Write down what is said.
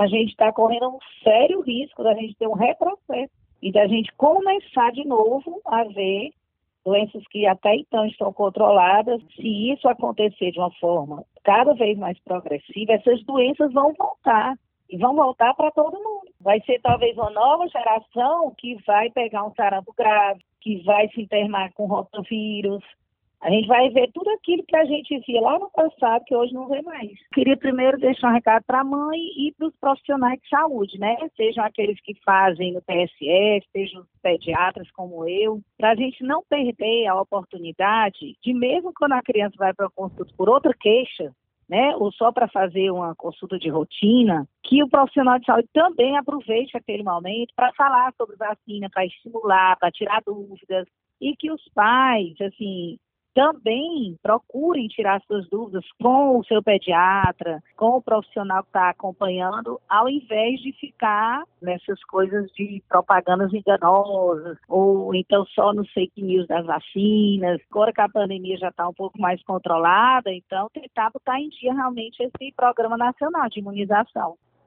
a gente está correndo um sério risco da gente ter um retrocesso e da gente começar de novo a ver doenças que até então estão controladas. Se isso acontecer de uma forma cada vez mais progressiva, essas doenças vão voltar. E vão voltar para todo mundo. Vai ser talvez uma nova geração que vai pegar um sarampo grave, que vai se internar com rotavírus. A gente vai ver tudo aquilo que a gente via lá no passado, que hoje não vê mais. Queria primeiro deixar um recado para a mãe e para os profissionais de saúde, né? Sejam aqueles que fazem no PSF, sejam os pediatras como eu, para a gente não perder a oportunidade de, mesmo quando a criança vai para a consulta por outra queixa, né, ou só para fazer uma consulta de rotina, que o profissional de saúde também aproveite aquele momento para falar sobre vacina, para estimular, para tirar dúvidas, e que os pais, assim, também procurem tirar suas dúvidas com o seu pediatra, com o profissional que está acompanhando, ao invés de ficar nessas coisas de propagandas enganosas, ou então só nos fake news das vacinas. Agora que a pandemia já está um pouco mais controlada, então tentar botar em dia realmente esse Programa Nacional de Imunização.